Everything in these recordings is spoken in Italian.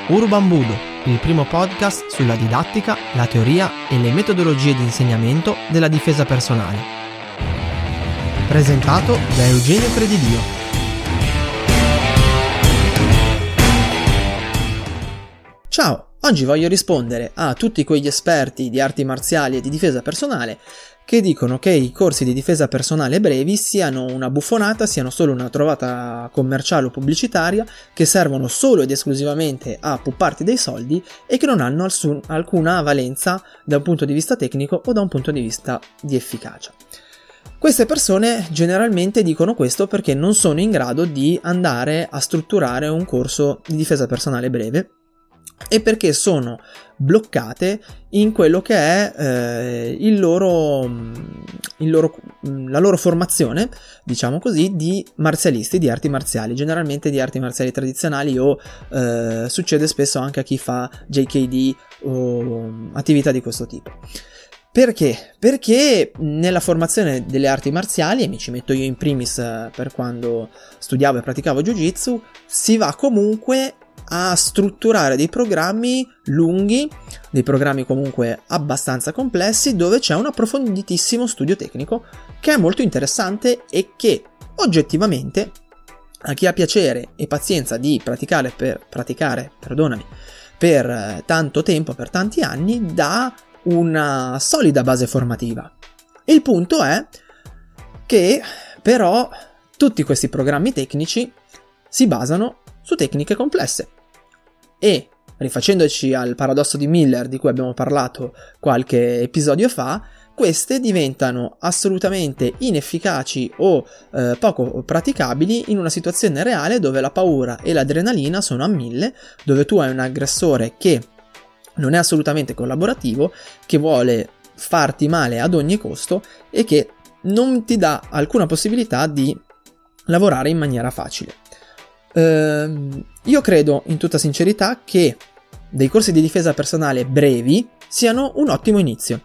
Urban Budo, il primo podcast sulla didattica, la teoria e le metodologie di insegnamento della difesa personale. Presentato da Eugenio Credidio. Ciao, oggi voglio rispondere a tutti quegli esperti di arti marziali e di difesa personale che dicono che i corsi di difesa personale brevi siano una buffonata, siano solo una trovata commerciale o pubblicitaria, che servono solo ed esclusivamente a pupparti dei soldi e che non hanno alcuna valenza da un punto di vista tecnico o da un punto di vista di efficacia. Queste persone generalmente dicono questo perché non sono in grado di andare a strutturare un corso di difesa personale breve e perché sono bloccate in quello che è la loro formazione, diciamo così, di marzialisti, di arti marziali, generalmente di arti marziali tradizionali o succede spesso anche a chi fa JKD o attività di questo tipo. Perché? Perché nella formazione delle arti marziali, e mi ci metto io in primis per quando studiavo e praticavo Jiu-Jitsu, si va comunque a strutturare dei programmi lunghi, dei programmi comunque abbastanza complessi, dove c'è un approfonditissimo studio tecnico che è molto interessante e che oggettivamente a chi ha piacere e pazienza di praticare per tanto tempo, per tanti anni, dà una solida base formativa. Il punto è che però tutti questi programmi tecnici si basano su tecniche complesse e, rifacendoci al paradosso di Miller di cui abbiamo parlato qualche episodio fa, queste diventano assolutamente inefficaci o poco praticabili in una situazione reale dove la paura e l'adrenalina sono a 1000, dove tu hai un aggressore che non è assolutamente collaborativo, che vuole farti male ad ogni costo e che non ti dà alcuna possibilità di lavorare in maniera facile. Io credo in tutta sincerità che dei corsi di difesa personale brevi siano un ottimo inizio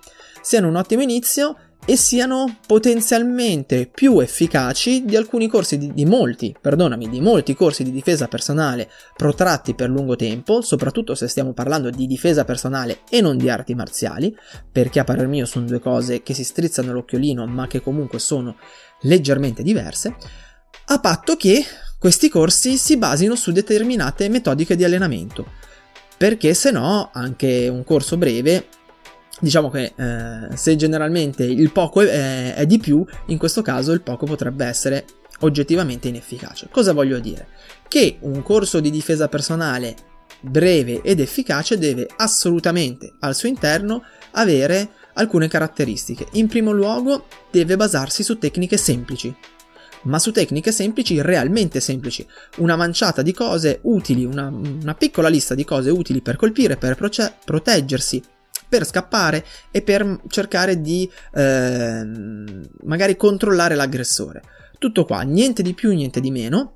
e siano potenzialmente più efficaci di alcuni corsi di molti corsi di difesa personale protratti per lungo tempo, soprattutto se stiamo parlando di difesa personale e non di arti marziali, perché a parer mio sono due cose che si strizzano l'occhiolino ma che comunque sono leggermente diverse, a patto che questi corsi si basino su determinate metodiche di allenamento, perché se no anche un corso breve, diciamo che se generalmente il poco è di più, in questo caso il poco potrebbe essere oggettivamente inefficace. Cosa voglio dire? Che un corso di difesa personale breve ed efficace deve assolutamente al suo interno avere alcune caratteristiche. In primo luogo deve basarsi su tecniche semplici, ma su tecniche semplici, realmente semplici, una manciata di cose utili, una piccola lista di cose utili per colpire, per proteggersi, per scappare e per cercare di magari controllare l'aggressore. Tutto qua, niente di più, niente di meno,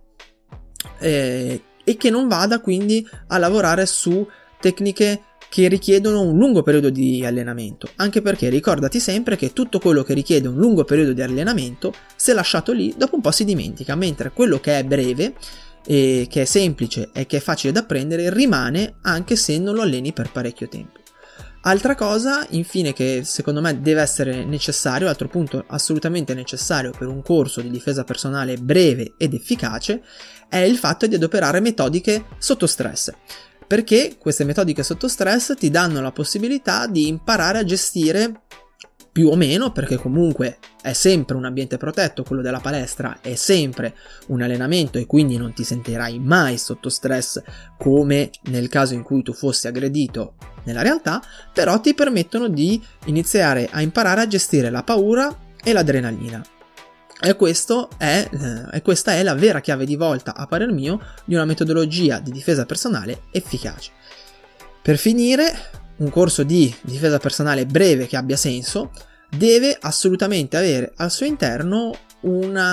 e che non vada quindi a lavorare su tecniche che richiedono un lungo periodo di allenamento, anche perché ricordati sempre che tutto quello che richiede un lungo periodo di allenamento, se lasciato lì, dopo un po' si dimentica, mentre quello che è breve e che è semplice e che è facile da apprendere rimane anche se non lo alleni per parecchio tempo. Altra cosa, infine, che secondo me deve essere necessario, altro punto assolutamente necessario per un corso di difesa personale breve ed efficace, è il fatto di adoperare metodiche sotto stress. Perché queste metodiche sotto stress ti danno la possibilità di imparare a gestire più o meno, perché comunque è sempre un ambiente protetto, quello della palestra è sempre un allenamento e quindi non ti sentirai mai sotto stress come nel caso in cui tu fossi aggredito nella realtà, però ti permettono di iniziare a imparare a gestire la paura e l'adrenalina. E questa è la vera chiave di volta, a parer mio, di una metodologia di difesa personale efficace. Per finire, un corso di difesa personale breve che abbia senso deve assolutamente avere al suo interno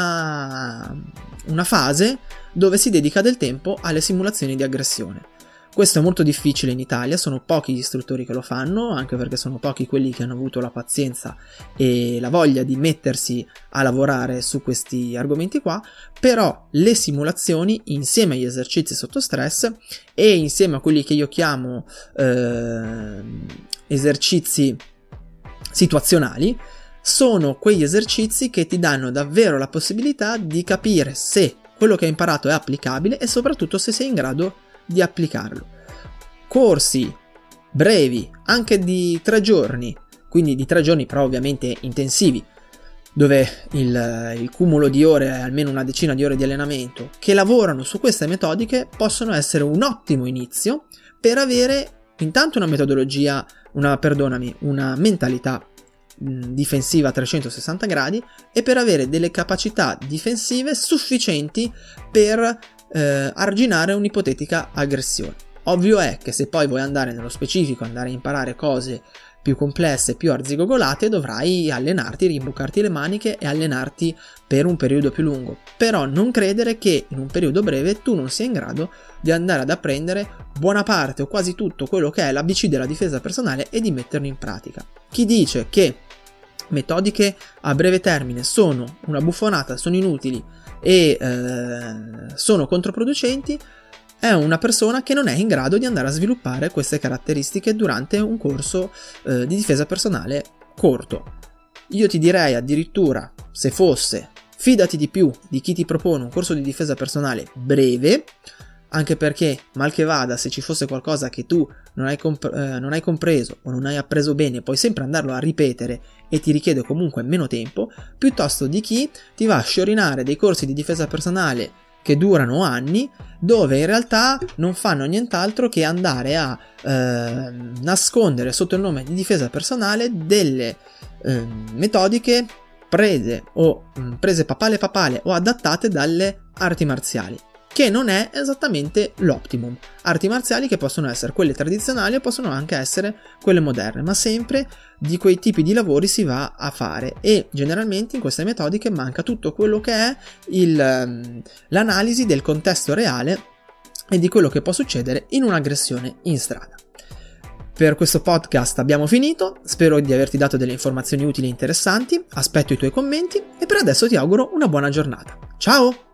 una fase dove si dedica del tempo alle simulazioni di aggressione. Questo è molto difficile in Italia, sono pochi gli istruttori che lo fanno, anche perché sono pochi quelli che hanno avuto la pazienza e la voglia di mettersi a lavorare su questi argomenti qua, però le simulazioni insieme agli esercizi sotto stress e insieme a quelli che io chiamo esercizi situazionali sono quegli esercizi che ti danno davvero la possibilità di capire se quello che hai imparato è applicabile e soprattutto se sei in grado di applicarlo. Corsi brevi, anche di 3 giorni, quindi di 3 giorni però ovviamente intensivi, dove il cumulo di ore è almeno una decina di ore di allenamento, che lavorano su queste metodiche, possono essere un ottimo inizio per avere intanto una metodologia, una mentalità difensiva a 360 gradi e per avere delle capacità difensive sufficienti per arginare un'ipotetica aggressione. Ovvio è che se poi vuoi andare nello specifico, andare a imparare cose più complesse, più arzigogolate, dovrai allenarti, rimboccarti le maniche e allenarti per un periodo più lungo. Però non credere che in un periodo breve tu non sia in grado di andare ad apprendere buona parte o quasi tutto quello che è l'ABC della difesa personale e di metterlo in pratica. Chi dice che metodiche a breve termine sono una buffonata, sono inutili e sono controproducenti è una persona che non è in grado di andare a sviluppare queste caratteristiche durante un corso di difesa personale corto. Io ti direi addirittura, se fosse, fidati di più di chi ti propone un corso di difesa personale breve, anche perché, mal che vada, se ci fosse qualcosa che tu non hai compreso o non hai appreso bene, puoi sempre andarlo a ripetere e ti richiede comunque meno tempo, piuttosto di chi ti va a sciorinare dei corsi di difesa personale che durano anni, dove in realtà non fanno nient'altro che andare a nascondere sotto il nome di difesa personale delle metodiche prese papale o adattate dalle arti marziali, che non è esattamente l'optimum. Arti marziali che possono essere quelle tradizionali o possono anche essere quelle moderne, ma sempre di quei tipi di lavori si va a fare e generalmente in queste metodiche manca tutto quello che è l'analisi del contesto reale e di quello che può succedere in un'aggressione in strada. Per questo podcast abbiamo finito, spero di averti dato delle informazioni utili e interessanti, aspetto i tuoi commenti e per adesso ti auguro una buona giornata. Ciao!